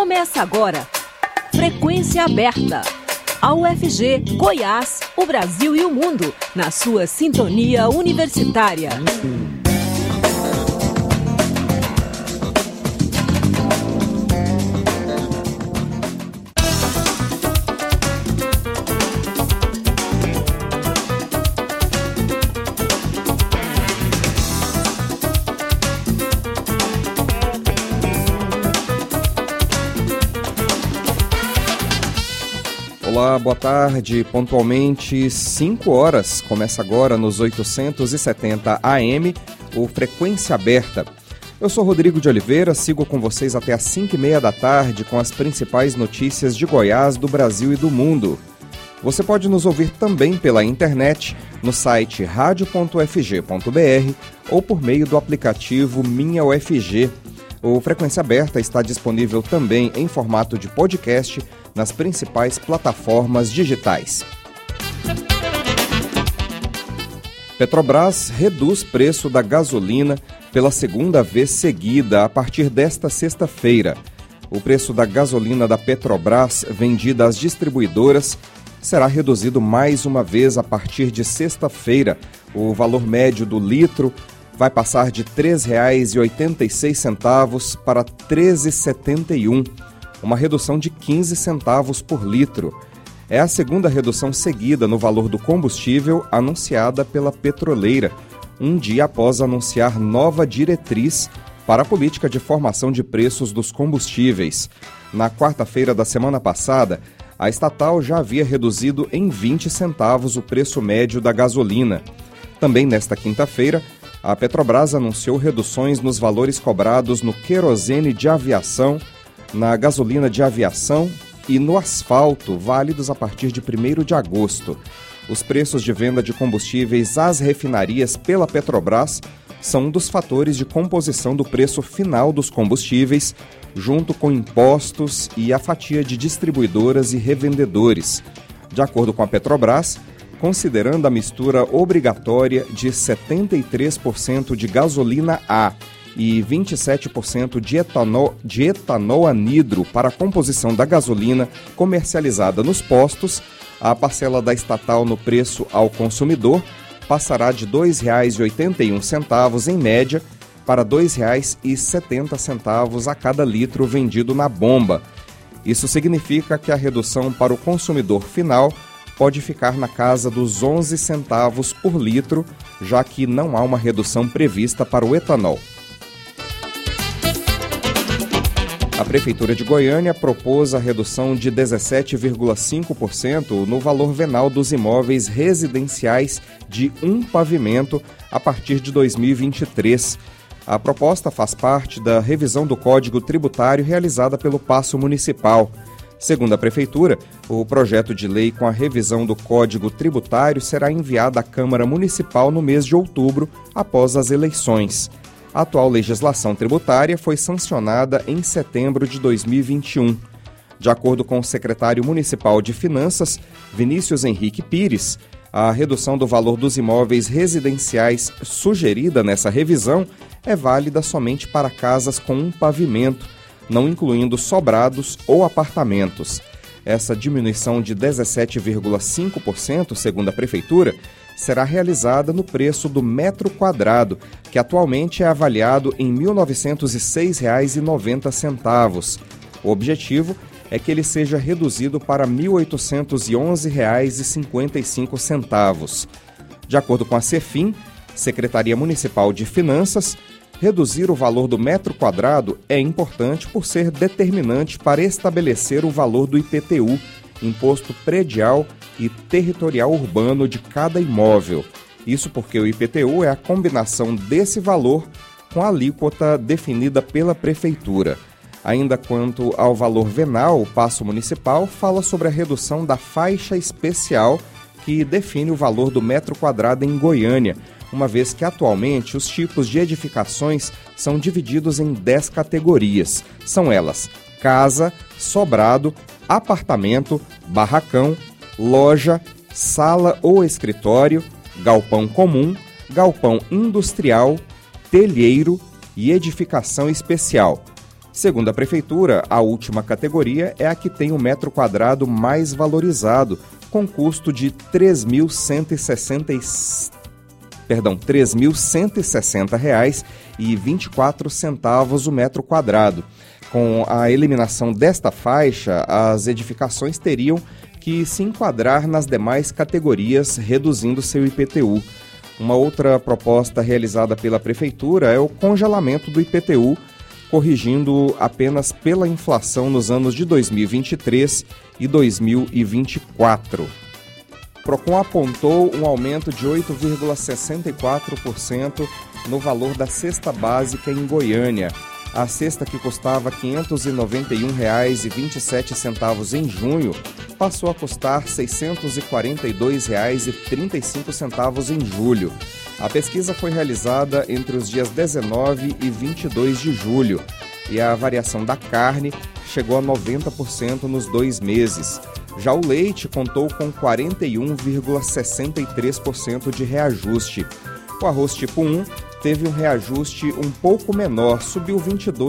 Começa agora. Frequência Aberta. A UFG, Goiás, o Brasil e o mundo, na sua sintonia universitária. Olá, boa tarde. Pontualmente 5 horas. Começa agora nos 870 AM, o Frequência Aberta. Eu sou Rodrigo de Oliveira, sigo com vocês até às 5h30 da tarde com as principais notícias de Goiás, do Brasil e do mundo. Você pode nos ouvir também pela internet, no site radio.ufg.br ou por meio do aplicativo Minha UFG. O Frequência Aberta está disponível também em formato de podcast nas principais plataformas digitais. Petrobras reduz preço da gasolina pela segunda vez seguida a partir desta sexta-feira. O preço da gasolina da Petrobras, vendida às distribuidoras, será reduzido mais uma vez a partir de sexta-feira. O valor médio do litro vai passar de R$ 3,86 para R$ 13,71, uma redução de 15 centavos por litro. É a segunda redução seguida no valor do combustível anunciada pela petroleira, um dia após anunciar nova diretriz para a política de formação de preços dos combustíveis. Na quarta-feira da semana passada, a estatal já havia reduzido em 20 centavos o preço médio da gasolina. Também nesta quinta-feira, a Petrobras anunciou reduções nos valores cobrados no querosene de aviação, na gasolina de aviação e no asfalto, válidos a partir de 1º de agosto. Os preços de venda de combustíveis às refinarias pela Petrobras são um dos fatores de composição do preço final dos combustíveis, junto com impostos e a fatia de distribuidoras e revendedores. De acordo com a Petrobras, considerando a mistura obrigatória de 73% de gasolina A e 27% de etanol anidro para a composição da gasolina comercializada nos postos, a parcela da estatal no preço ao consumidor passará de R$ 2,81 em média para R$ 2,70 a cada litro vendido na bomba. Isso significa que a redução para o consumidor final pode ficar na casa dos 11 centavos por litro, já que não há uma redução prevista para o etanol. A Prefeitura de Goiânia propôs a redução de 17,5% no valor venal dos imóveis residenciais de um pavimento a partir de 2023. A proposta faz parte da revisão do Código Tributário realizada pelo Paço Municipal. Segundo a Prefeitura, o projeto de lei com a revisão do Código Tributário será enviado à Câmara Municipal no mês de outubro, após as eleições. A atual legislação tributária foi sancionada em setembro de 2021. De acordo com o secretário municipal de Finanças, Vinícius Henrique Pires, a redução do valor dos imóveis residenciais sugerida nessa revisão é válida somente para casas com um pavimento, não incluindo sobrados ou apartamentos. Essa diminuição de 17,5%, segundo a Prefeitura, será realizada no preço do metro quadrado, que atualmente é avaliado em R$ 1.906,90. O objetivo é que ele seja reduzido para R$ 1.811,55. De acordo com a Cefim, Secretaria Municipal de Finanças, reduzir o valor do metro quadrado é importante por ser determinante para estabelecer o valor do IPTU, Imposto Predial e Territorial Urbano de cada imóvel. Isso porque o IPTU é a combinação desse valor com a alíquota definida pela Prefeitura. Ainda quanto ao valor venal, o Paço Municipal fala sobre a redução da faixa especial que define o valor do metro quadrado em Goiânia, uma vez que atualmente os tipos de edificações são divididos em 10 categorias. São elas: casa, sobrado, apartamento, barracão, loja, sala ou escritório, galpão comum, galpão industrial, telheiro e edificação especial. Segundo a Prefeitura, a última categoria é a que tem o metro quadrado mais valorizado, com custo de R$ 3.160,24 o metro quadrado. Com a eliminação desta faixa, as edificações teriam que se enquadrar nas demais categorias, reduzindo seu IPTU. Uma outra proposta realizada pela Prefeitura é o congelamento do IPTU, corrigindo apenas pela inflação nos anos de 2023 e 2024. O Procon apontou um aumento de 8,64% no valor da cesta básica em Goiânia. A cesta, que custava R$ 591,27 em junho, passou a custar R$ 642,35 em julho. A pesquisa foi realizada entre os dias 19 e 22 de julho e a variação da carne chegou a 90% nos 2 meses. Já o leite contou com 41,63% de reajuste. O arroz tipo 1 teve um reajuste um pouco menor, subiu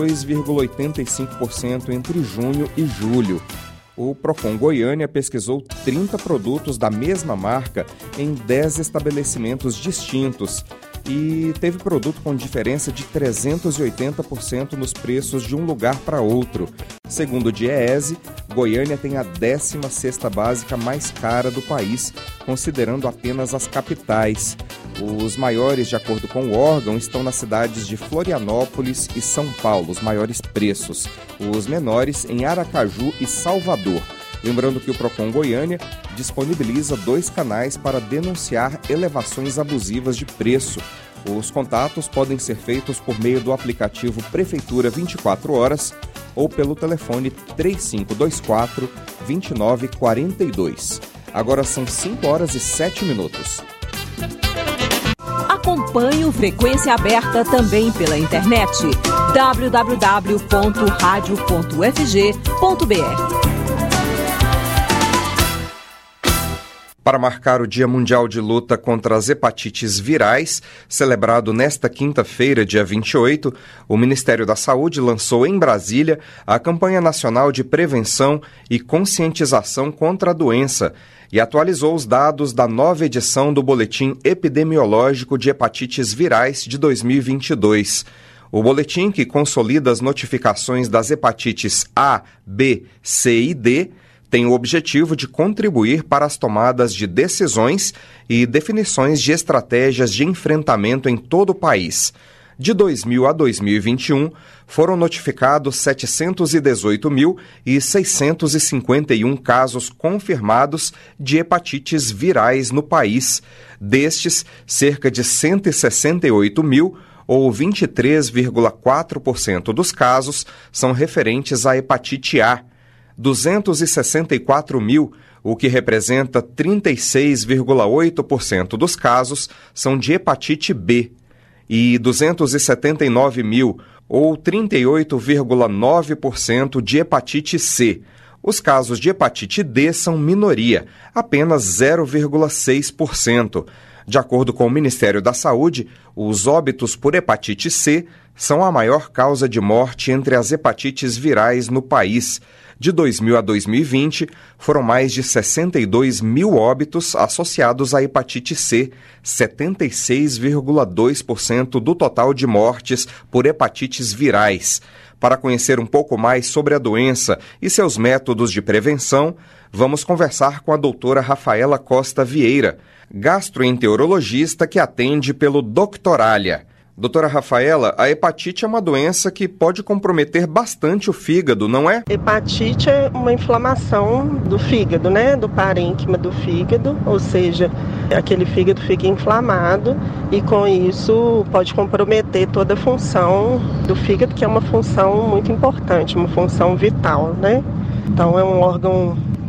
22,85% entre junho e julho. O Procon Goiânia pesquisou 30 produtos da mesma marca em 10 estabelecimentos distintos e teve produto com diferença de 380% nos preços de um lugar para outro. Segundo o Diese, Goiânia tem a 10ª cesta básica mais cara do país, considerando apenas as capitais. Os maiores, de acordo com o órgão, estão nas cidades de Florianópolis e São Paulo, os maiores preços. Os menores em Aracaju e Salvador. Lembrando que o Procon Goiânia disponibiliza 2 canais para denunciar elevações abusivas de preço. Os contatos podem ser feitos por meio do aplicativo Prefeitura 24 horas ou pelo telefone 3524-2942. Agora são 5h07. Acompanhe o Frequência Aberta também pela internet www.radio.fg.br. Para marcar o Dia Mundial de Luta contra as Hepatites Virais, celebrado nesta quinta-feira, dia 28, o Ministério da Saúde lançou em Brasília a Campanha Nacional de Prevenção e Conscientização contra a Doença e atualizou os dados da nova edição do Boletim Epidemiológico de Hepatites Virais de 2022. O boletim, que consolida as notificações das hepatites A, B, C e D, tem o objetivo de contribuir para as tomadas de decisões e definições de estratégias de enfrentamento em todo o país. De 2000 a 2021, foram notificados 718.651 casos confirmados de hepatites virais no país. Destes, cerca de 168.000, ou 23,4% dos casos, são referentes à hepatite A. 264.000, o que representa 36,8% dos casos, são de hepatite B. E 279.000, ou 38,9% de hepatite C. Os casos de hepatite D são minoria, apenas 0,6%. De acordo com o Ministério da Saúde, os óbitos por hepatite C são a maior causa de morte entre as hepatites virais no país. De 2000 a 2020, foram mais de 62.000 óbitos associados à hepatite C, 76,2% do total de mortes por hepatites virais. Para conhecer um pouco mais sobre a doença e seus métodos de prevenção, vamos conversar com a doutora Rafaela Costa Vieira, gastroenterologista que atende pelo Doctoralia. Doutora Rafaela, a hepatite é uma doença que pode comprometer bastante o fígado, não é? Hepatite é uma inflamação do fígado, né? Do parênquima do fígado, ou seja, aquele fígado fica inflamado e com isso pode comprometer toda a função do fígado, que é uma função muito importante, uma função vital, né? Então é um órgão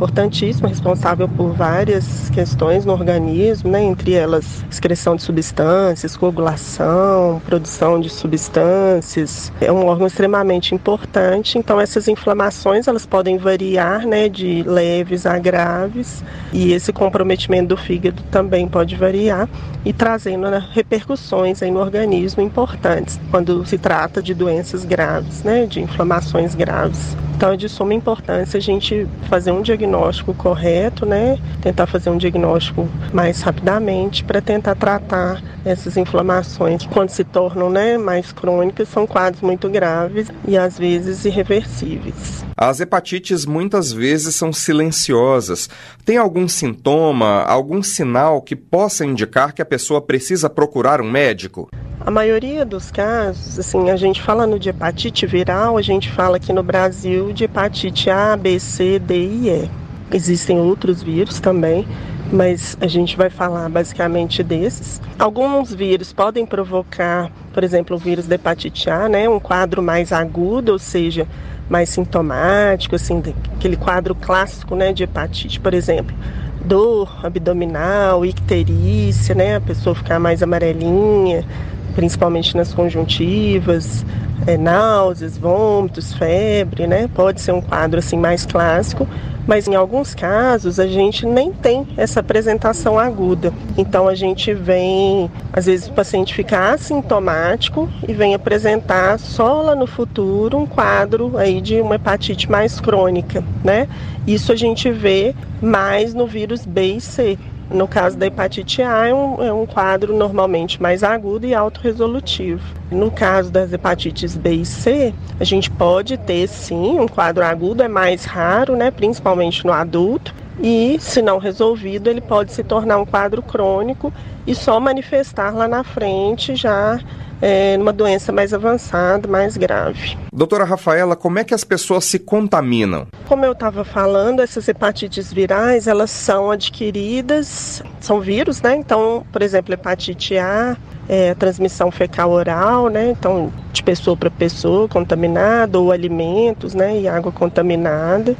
importantíssima, responsável por várias questões no organismo, né? Entre elas excreção de substâncias, coagulação, produção de substâncias. É um órgão extremamente importante, então essas inflamações elas podem variar, né, de leves a graves, e esse comprometimento do fígado também pode variar e trazendo, né, repercussões aí no organismo importantes quando se trata de doenças graves, né, de inflamações graves. Então é de suma importância a gente fazer um diagnóstico correto, né? Tentar fazer um diagnóstico mais rapidamente para tentar tratar essas inflamações que, quando se tornam, né, mais crônicas, são quadros muito graves e às vezes irreversíveis. As hepatites muitas vezes são silenciosas. Tem algum sintoma, algum sinal que possa indicar que a pessoa precisa procurar um médico? A maioria dos casos, assim, a gente falando de hepatite viral, a gente fala aqui no Brasil de hepatite A, B, C, D e E. Existem outros vírus também, mas a gente vai falar basicamente desses. Alguns vírus podem provocar, por exemplo, o vírus da hepatite A, né, um quadro mais agudo, ou seja, mais sintomático, assim, aquele quadro clássico, né, de hepatite, por exemplo, dor abdominal, icterícia, né, a pessoa ficar mais amarelinha, principalmente nas conjuntivas, náuseas, vômitos, febre, né? Pode ser um quadro assim mais clássico, mas em alguns casos a gente nem tem essa apresentação aguda. Então a gente vem, às vezes o paciente fica assintomático e vem apresentar só lá no futuro um quadro aí de uma hepatite mais crônica, né? Isso a gente vê mais no vírus B e C. No caso da hepatite A, é um quadro normalmente mais agudo e autorresolutivo. No caso das hepatites B e C, a gente pode ter sim um quadro agudo, é mais raro, né, principalmente no adulto, e se não resolvido, ele pode se tornar um quadro crônico e só manifestar lá na frente já numa doença mais avançada, mais grave. Doutora Rafaela, como é que as pessoas se contaminam? Como eu estava falando, essas hepatites virais, elas são adquiridas, são vírus, né? Então, por exemplo, hepatite A, transmissão fecal oral, né? Então, de pessoa para pessoa contaminada, ou alimentos, né? E água contaminada.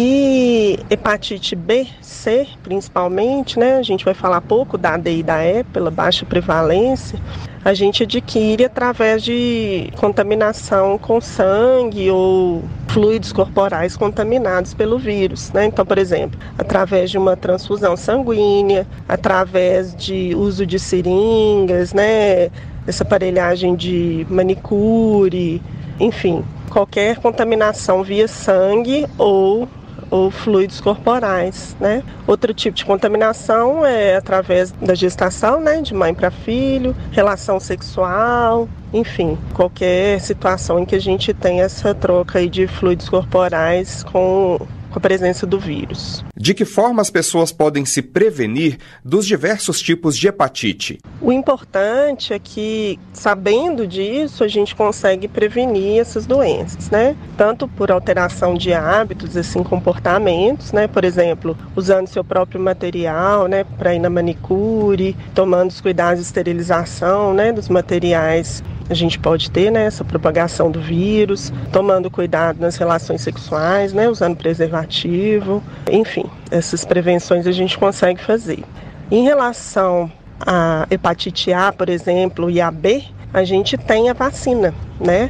E hepatite B, C, principalmente, né? A gente vai falar pouco da D e da E, pela baixa prevalência. A gente adquire através de contaminação com sangue ou fluidos corporais contaminados pelo vírus, né? Então, por exemplo, através de uma transfusão sanguínea, através de uso de seringas, né? Essa aparelhagem de manicure, enfim, qualquer contaminação via sangue ou fluidos corporais, né? Outro tipo de contaminação é através da gestação, né? De mãe para filho, relação sexual, enfim, qualquer situação em que a gente tem essa troca aí de fluidos corporais com a presença do vírus. De que forma as pessoas podem se prevenir dos diversos tipos de hepatite? O importante é que, sabendo disso, a gente consegue prevenir essas doenças, né? Tanto por alteração de hábitos, assim, comportamentos, né? Por exemplo, usando seu próprio material, né? Para ir na manicure, tomando os cuidados de esterilização, né? Dos materiais. A gente pode ter, né, essa propagação do vírus, tomando cuidado nas relações sexuais, né, usando preservativo, enfim, essas prevenções a gente consegue fazer. Em relação à hepatite A, por exemplo, e a B, a gente tem a vacina, né?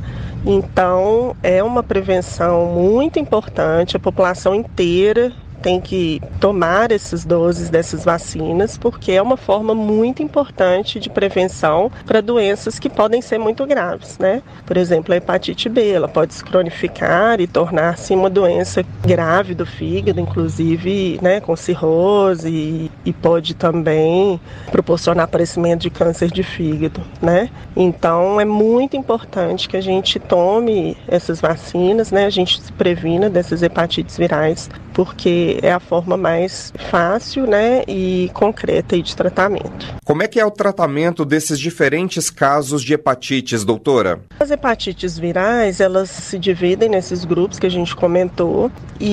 Então, é uma prevenção muito importante, a população inteira tem que tomar essas doses dessas vacinas, porque é uma forma muito importante de prevenção para doenças que podem ser muito graves, né? Por exemplo, a hepatite B, ela pode se cronificar e tornar-se uma doença grave do fígado, inclusive, né, com cirrose, e pode também proporcionar aparecimento de câncer de fígado, né? Então, é muito importante que a gente tome essas vacinas, né? A gente se previna dessas hepatites virais, porque é a forma mais fácil, né, e concreta de tratamento. Como é que é o tratamento desses diferentes casos de hepatites, doutora? As hepatites virais, elas se dividem nesses grupos que a gente comentou,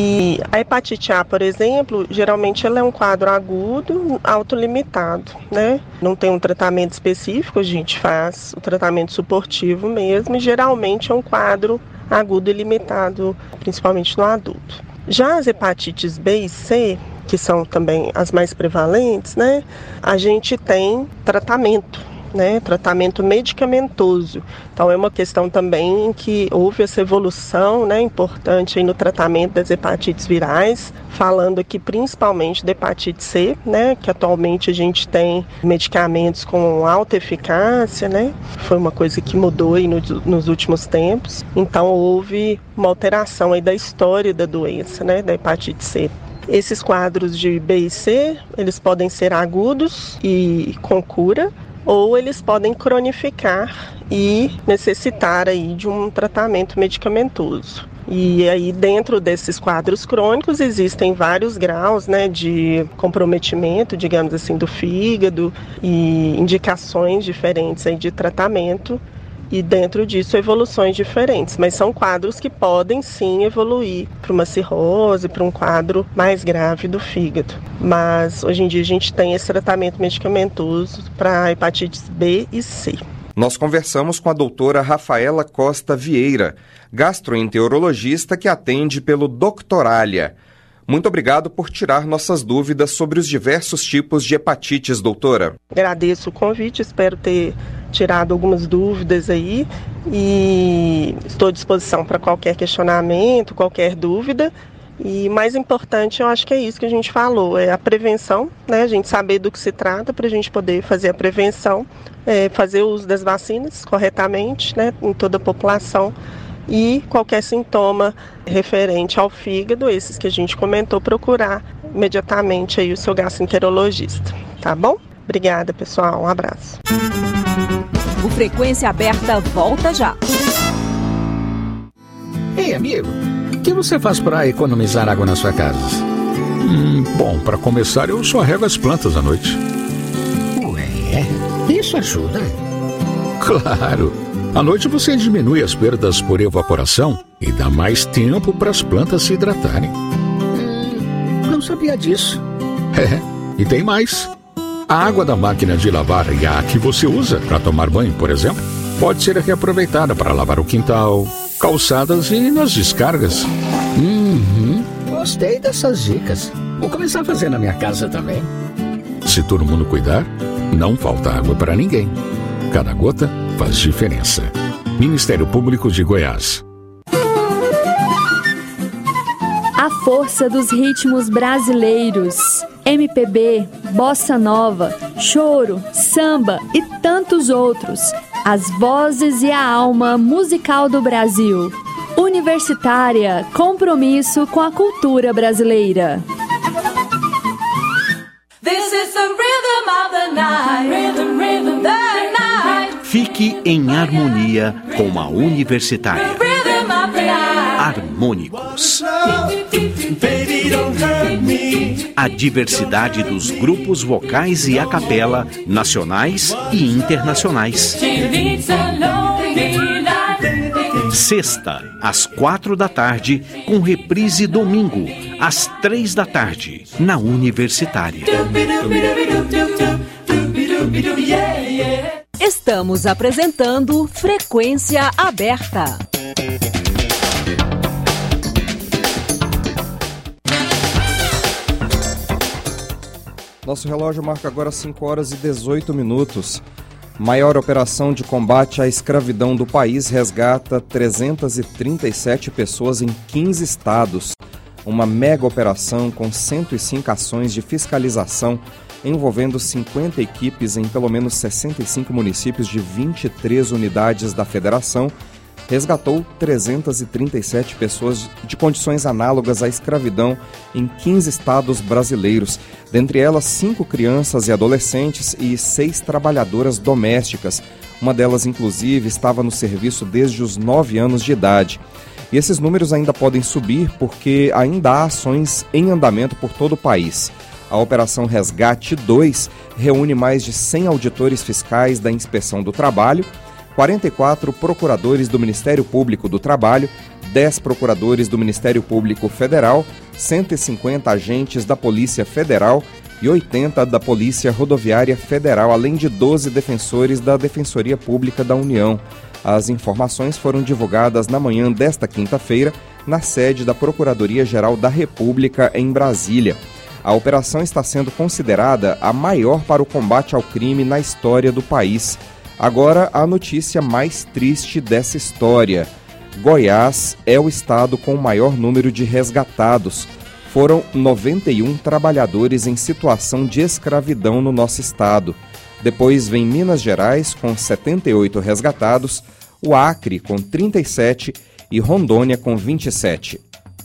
e a hepatite A, por exemplo, geralmente ela é um quadro agudo, autolimitado, né? Não tem um tratamento específico, a gente faz o tratamento suportivo mesmo, e geralmente é um quadro agudo e limitado, principalmente no adulto. Já as hepatites B e C, que são também as mais prevalentes, né, a gente tem tratamento, né, tratamento medicamentoso. Então é uma questão também em que houve essa evolução, né, importante aí no tratamento das hepatites virais, falando aqui principalmente da hepatite C, né, que atualmente a gente tem medicamentos com alta eficácia, né, foi uma coisa que mudou aí nos últimos tempos. Então houve uma alteração aí da história da doença, né, da hepatite C. Esses quadros de B e C, eles podem ser agudos e com cura, ou eles podem cronificar e necessitar aí de um tratamento medicamentoso. E aí dentro desses quadros crônicos existem vários graus, né, de comprometimento, digamos assim, do fígado e indicações diferentes aí de tratamento. E dentro disso evoluções diferentes, mas são quadros que podem sim evoluir para uma cirrose, para um quadro mais grave do fígado. Mas hoje em dia a gente tem esse tratamento medicamentoso para hepatites B e C. Nós conversamos com a doutora Rafaela Costa Vieira, gastroenterologista que atende pelo Doctoralia. Muito obrigado por tirar nossas dúvidas sobre os diversos tipos de hepatites, doutora. Agradeço o convite, espero ter tirado algumas dúvidas aí e estou à disposição para qualquer questionamento, qualquer dúvida. E mais importante, eu acho que é isso que a gente falou, é a prevenção, né? A gente saber do que se trata para a gente poder fazer a prevenção, fazer o uso das vacinas corretamente, né, em toda a população. E qualquer sintoma referente ao fígado, esses que a gente comentou, procurar imediatamente aí o seu gastroenterologista, tá bom? Obrigada, pessoal. Um abraço. O Frequência Aberta volta já. Ei, amigo, o que você faz para economizar água na sua casa? Bom, para começar, eu só rego as plantas à noite. Ué, isso ajuda? Claro! À noite você diminui as perdas por evaporação e dá mais tempo para as plantas se hidratarem. Não sabia disso. E tem mais. A água da máquina de lavar e a que você usa para tomar banho, por exemplo, pode ser reaproveitada para lavar o quintal, calçadas e nas descargas. Gostei dessas dicas. Vou começar a fazer na minha casa também. Se todo mundo cuidar, não falta água para ninguém. Cada gota faz diferença. Ministério Público de Goiás. A força dos ritmos brasileiros. MPB, bossa nova, choro, samba e tantos outros. As vozes e a alma musical do Brasil. Universitária, compromisso com a cultura brasileira. This is the rhythm of the night. Rhythm, the night. Fique em harmonia com a Universitária. Harmônicos. A diversidade dos grupos vocais e a capela, nacionais e internacionais. Sexta, às 4h, com reprise domingo, às 3h, na Universitária. Estamos apresentando Frequência Aberta. Nosso relógio marca agora 5h18. Maior operação de combate à escravidão do país resgata 337 pessoas em 15 estados. Uma mega operação com 105 ações de fiscalização envolvendo 50 equipes em pelo menos 65 municípios de 23 unidades da federação, resgatou 337 pessoas de condições análogas à escravidão em 15 estados brasileiros, dentre elas 5 crianças e adolescentes e 6 trabalhadoras domésticas. Uma delas, inclusive, estava no serviço desde os 9 anos de idade. E esses números ainda podem subir porque ainda há ações em andamento por todo o país. A Operação Resgate 2 reúne mais de 100 auditores fiscais da Inspeção do Trabalho, 44 procuradores do Ministério Público do Trabalho, 10 procuradores do Ministério Público Federal, 150 agentes da Polícia Federal e 80 da Polícia Rodoviária Federal, além de 12 defensores da Defensoria Pública da União. As informações foram divulgadas na manhã desta quinta-feira na sede da Procuradoria-Geral da República em Brasília. A operação está sendo considerada a maior para o combate ao crime na história do país. Agora, a notícia mais triste dessa história. Goiás é o estado com o maior número de resgatados. Foram 91 trabalhadores em situação de escravidão no nosso estado. Depois vem Minas Gerais, com 78 resgatados, o Acre, com 37 e Rondônia, com 27.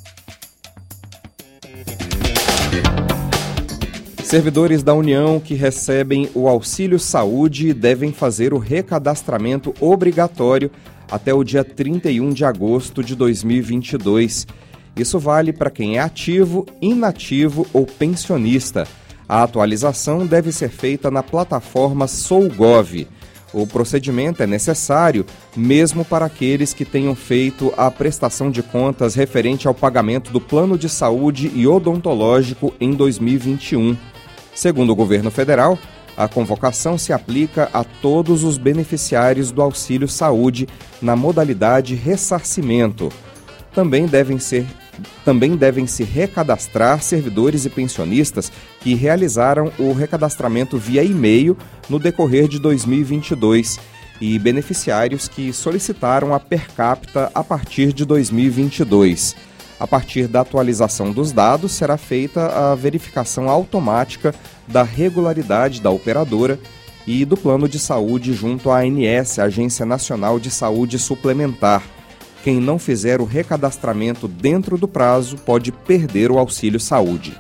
Servidores da União que recebem o Auxílio Saúde devem fazer o recadastramento obrigatório até o dia 31 de agosto de 2022. Isso vale para quem é ativo, inativo ou pensionista. A atualização deve ser feita na plataforma SouGov. O procedimento é necessário mesmo para aqueles que tenham feito a prestação de contas referente ao pagamento do plano de saúde e odontológico em 2021. Segundo o governo federal, a convocação se aplica a todos os beneficiários do Auxílio Saúde na modalidade ressarcimento. Também devem se recadastrar servidores e pensionistas que realizaram o recadastramento via e-mail no decorrer de 2022 e beneficiários que solicitaram a per capita a partir de 2022. A partir da atualização dos dados, será feita a verificação automática da regularidade da operadora e do plano de saúde junto à ANS, Agência Nacional de Saúde Suplementar. Quem não fizer o recadastramento dentro do prazo pode perder o auxílio saúde.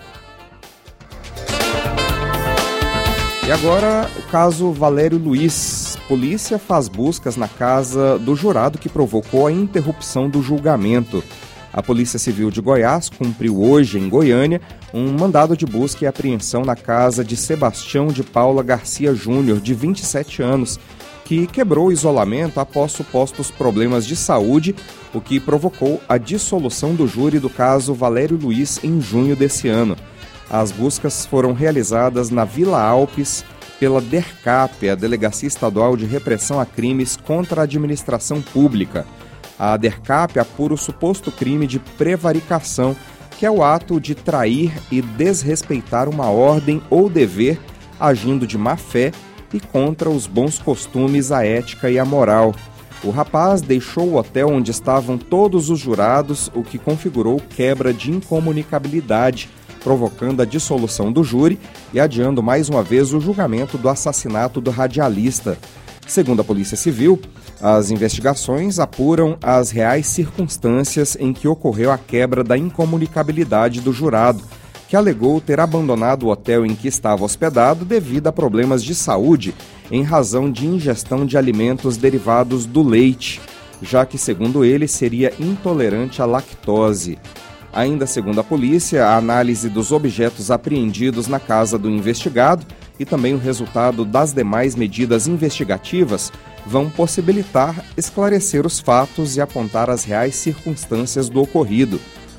E agora, o caso Valério Luiz. Polícia faz buscas na casa do jurado que provocou a interrupção do julgamento. A Polícia Civil de Goiás cumpriu hoje, em Goiânia, um mandado de busca e apreensão na casa de Sebastião de Paula Garcia Júnior, de 27 anos, que quebrou o isolamento após supostos problemas de saúde, o que provocou a dissolução do júri do caso Valério Luiz em junho desse ano. As buscas foram realizadas na Vila Alpes pela DERCAP, a Delegacia Estadual de Repressão a Crimes contra a Administração Pública. A DERCAP apura o suposto crime de prevaricação, que é o ato de trair e desrespeitar uma ordem ou dever, agindo de má fé e contra os bons costumes, a ética e a moral. O rapaz deixou o hotel onde estavam todos os jurados, o que configurou quebra de incomunicabilidade, provocando a dissolução do júri e adiando mais uma vez o julgamento do assassinato do radialista. Segundo a Polícia Civil, as investigações apuram as reais circunstâncias em que ocorreu a quebra da incomunicabilidade do jurado, que alegou ter abandonado o hotel em que estava hospedado devido a problemas de saúde em razão de ingestão de alimentos derivados do leite, já que, segundo ele, seria intolerante à lactose. Ainda segundo a polícia, a análise dos objetos apreendidos na casa do investigado e também o resultado das demais medidas investigativas vão possibilitar esclarecer os fatos e apontar as reais circunstâncias do ocorrido.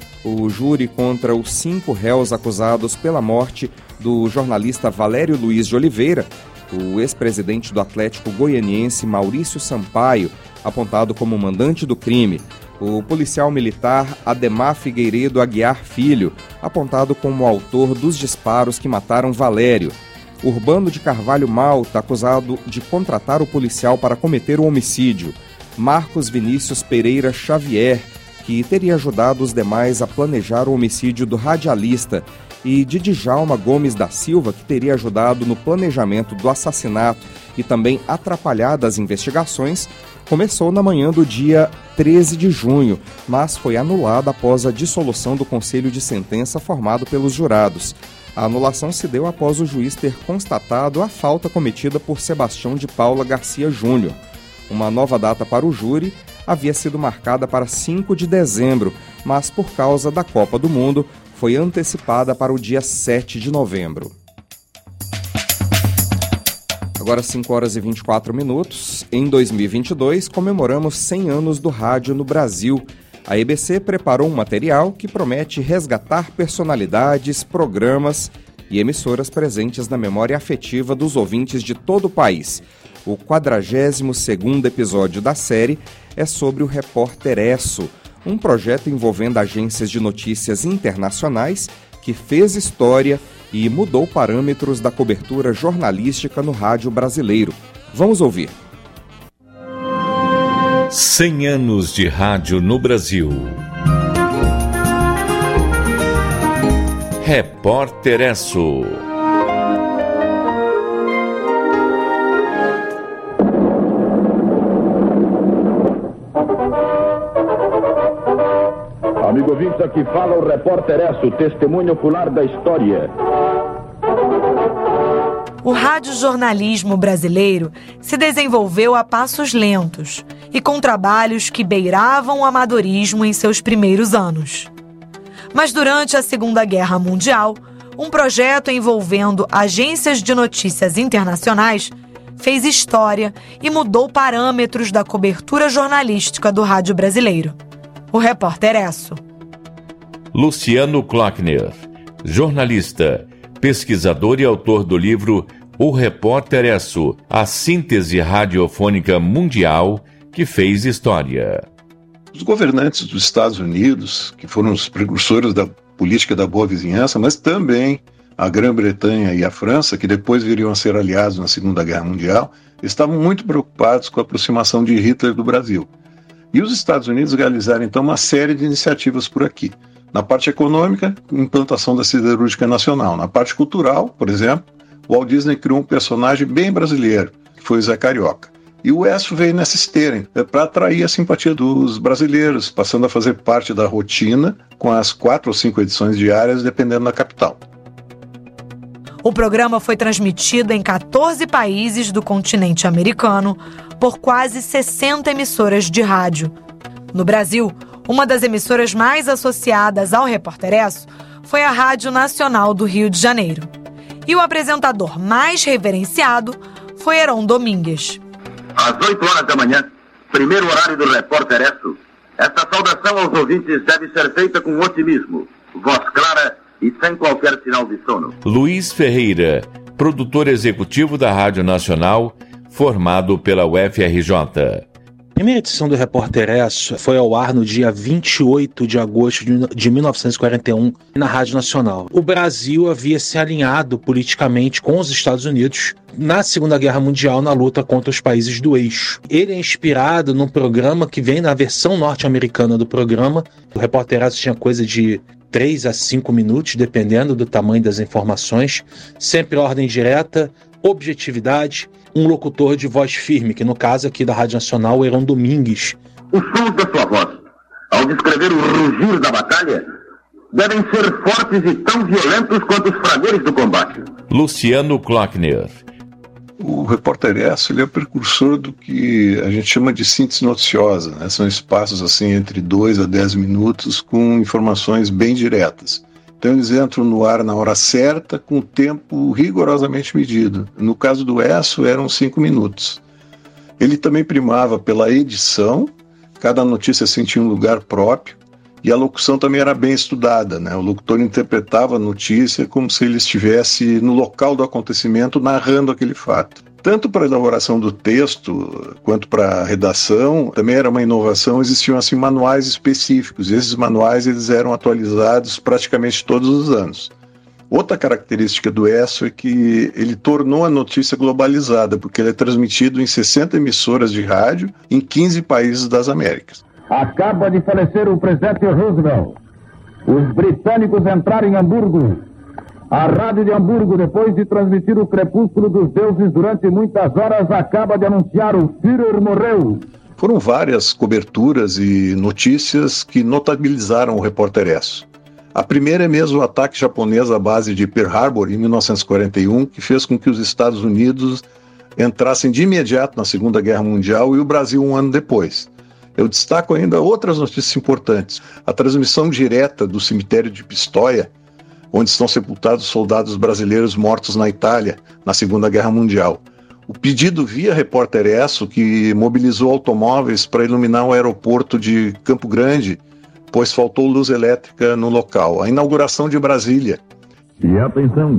O júri contra os 5 réus acusados pela morte do jornalista Valério Luiz de Oliveira, o ex-presidente do Atlético Goianiense Maurício Sampaio, apontado como mandante do crime, o policial militar Ademar Figueiredo Aguiar Filho, apontado como autor dos disparos que mataram Valério, Urbano de Carvalho Malta, acusado de contratar o policial para cometer o homicídio, Marcos Vinícius Pereira Xavier, que teria ajudado os demais a planejar o homicídio do radialista, e de Djalma Gomes da Silva, que teria ajudado no planejamento do assassinato e também atrapalhado as investigações, começou na manhã do dia 13 de junho, mas foi anulada após a dissolução do Conselho de Sentença formado pelos jurados. A anulação se deu após o juiz ter constatado a falta cometida por Sebastião de Paula Garcia Júnior. Uma nova data para o júri havia sido marcada para 5 de dezembro, mas por causa da Copa do Mundo foi antecipada para o dia 7 de novembro. Agora 5 horas e 24 minutos. Em 2022, comemoramos 100 anos do rádio no Brasil. A EBC preparou um material que promete resgatar personalidades, programas e emissoras presentes na memória afetiva dos ouvintes de todo o país. O 42º episódio da série é sobre o Repórter Esso, um projeto envolvendo agências de notícias internacionais que fez história e mudou parâmetros da cobertura jornalística no rádio brasileiro. Vamos ouvir. 100 anos de rádio no Brasil. Repórter Esso. Amigo ouvinte, aqui fala o Repórter Esso, testemunho ocular da história. O radiojornalismo brasileiro se desenvolveu a passos lentos e com trabalhos que beiravam o amadorismo em seus primeiros anos. Mas durante a Segunda Guerra Mundial, um projeto envolvendo agências de notícias internacionais fez história e mudou parâmetros da cobertura jornalística do rádio brasileiro. O Repórter Esso. Luciano Klockner, jornalista, pesquisador e autor do livro O Repórter Esso, a síntese radiofônica mundial que fez história. Os governantes dos Estados Unidos, que foram os precursores da política da boa vizinhança, mas também a Grã-Bretanha e a França, que depois viriam a ser aliados na Segunda Guerra Mundial, estavam muito preocupados com a aproximação de Hitler do Brasil. E os Estados Unidos realizaram, então, uma série de iniciativas por aqui. Na parte econômica, implantação da siderúrgica nacional. Na parte cultural, por exemplo, o Walt Disney criou um personagem bem brasileiro, que foi o Zé Carioca. E o Esso veio nessa esteira, para atrair a simpatia dos brasileiros, passando a fazer parte da rotina, com as 4 ou 5 edições diárias, dependendo da capital. O programa foi transmitido em 14 países do continente americano por quase 60 emissoras de rádio. No Brasil, uma das emissoras mais associadas ao Repórter Esso foi a Rádio Nacional do Rio de Janeiro. E o apresentador mais reverenciado foi Heron Domingues. Às 8 horas da manhã, primeiro horário do Repórter Esso, esta saudação aos ouvintes deve ser feita com otimismo, voz clara e sem qualquer sinal de sono. Luiz Ferreira, produtor executivo da Rádio Nacional, formado pela UFRJ. A primeira edição do Repórter Esso foi ao ar no dia 28 de agosto de 1941, na Rádio Nacional. O Brasil havia se alinhado politicamente com os Estados Unidos na Segunda Guerra Mundial, na luta contra os países do eixo. Ele é inspirado num programa que vem na versão norte-americana do programa. O Repórter Esso tinha coisa de 3 a 5 minutos, dependendo do tamanho das informações. Sempre ordem direta, objetividade, um locutor de voz firme, que no caso aqui da Rádio Nacional, Heron Domingues. Os sons da sua voz, ao descrever o rugir da batalha, devem ser fortes e tão violentos quanto os fragores do combate. Luciano Klockner. O Repórter Esso, ele é o precursor do que a gente chama de síntese noticiosa, né? São espaços assim entre 2 a 10 minutos com informações bem diretas. Então eles entram no ar na hora certa, com o tempo rigorosamente medido. No caso do Esso, eram 5 minutos. Ele também primava pela edição, cada notícia sentia um lugar próprio, e a locução também era bem estudada, né? O locutor interpretava a notícia como se ele estivesse no local do acontecimento narrando aquele fato. Tanto para a elaboração do texto, quanto para a redação, também era uma inovação, existiam assim manuais específicos, e esses manuais eles eram atualizados praticamente todos os anos. Outra característica do Esso é que ele tornou a notícia globalizada, porque ele é transmitido em 60 emissoras de rádio em 15 países das Américas. Acaba de falecer o presidente Roosevelt. Os britânicos entraram em Hamburgo. A Rádio de Hamburgo, depois de transmitir o crepúsculo dos deuses durante muitas horas, acaba de anunciar o Führer morreu. Foram várias coberturas e notícias que notabilizaram o Repórter Esso. A primeira é mesmo o ataque japonês à base de Pearl Harbor, em 1941, que fez com que os Estados Unidos entrassem de imediato na Segunda Guerra Mundial e o Brasil um ano depois. Eu destaco ainda outras notícias importantes. A transmissão direta do cemitério de Pistoia, onde estão sepultados soldados brasileiros mortos na Itália, na Segunda Guerra Mundial. O pedido via Repórter Esso, que mobilizou automóveis para iluminar o aeroporto de Campo Grande, pois faltou luz elétrica no local. A inauguração de Brasília. E atenção,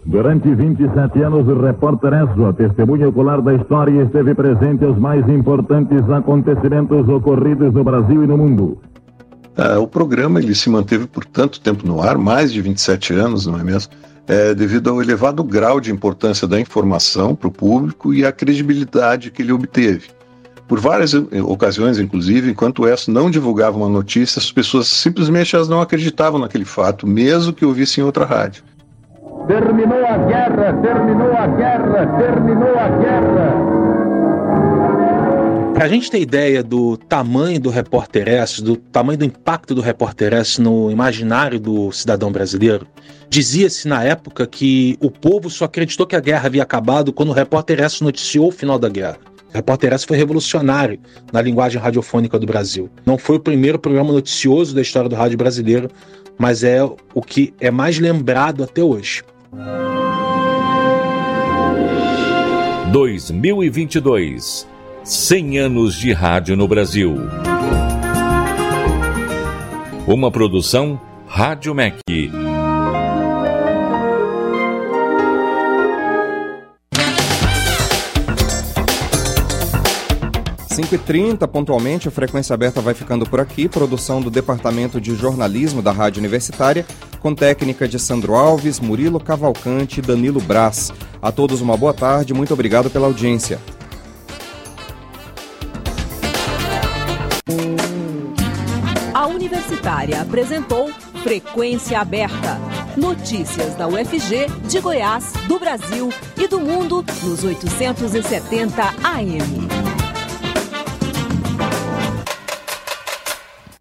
Durante 27 anos, o repórter Esso, a testemunha ocular da história, esteve presente aos mais importantes acontecimentos ocorridos no Brasil e no mundo. O programa ele se manteve por tanto tempo no ar, mais de 27 anos, não é mesmo? Devido ao elevado grau de importância da informação para o público e a credibilidade que ele obteve. Por várias ocasiões, inclusive, enquanto o Esso não divulgava uma notícia, as pessoas simplesmente elas não acreditavam naquele fato, mesmo que ouvissem outra rádio. Terminou a guerra, terminou a guerra, terminou a guerra. Para a gente ter ideia do tamanho do Repórter Esso, do tamanho do impacto do Repórter Esso no imaginário do cidadão brasileiro, dizia-se na época que o povo só acreditou que a guerra havia acabado quando o Repórter Esso noticiou o final da guerra. O Repórter Esso foi revolucionário na linguagem radiofônica do Brasil. Não foi o primeiro programa noticioso da história do rádio brasileiro, mas é o que é mais lembrado até hoje. 2022. 100 anos de rádio no Brasil. Uma produção Rádio MEC. 5h30, pontualmente, a Frequência Aberta vai ficando por aqui. Produção do Departamento de Jornalismo da Rádio Universitária, com técnica de Sandro Alves, Murilo Cavalcante e Danilo Brás. A todos uma boa tarde, muito obrigado pela audiência. A Universitária apresentou Frequência Aberta. Notícias da UFG, de Goiás, do Brasil e do mundo nos 870 AM.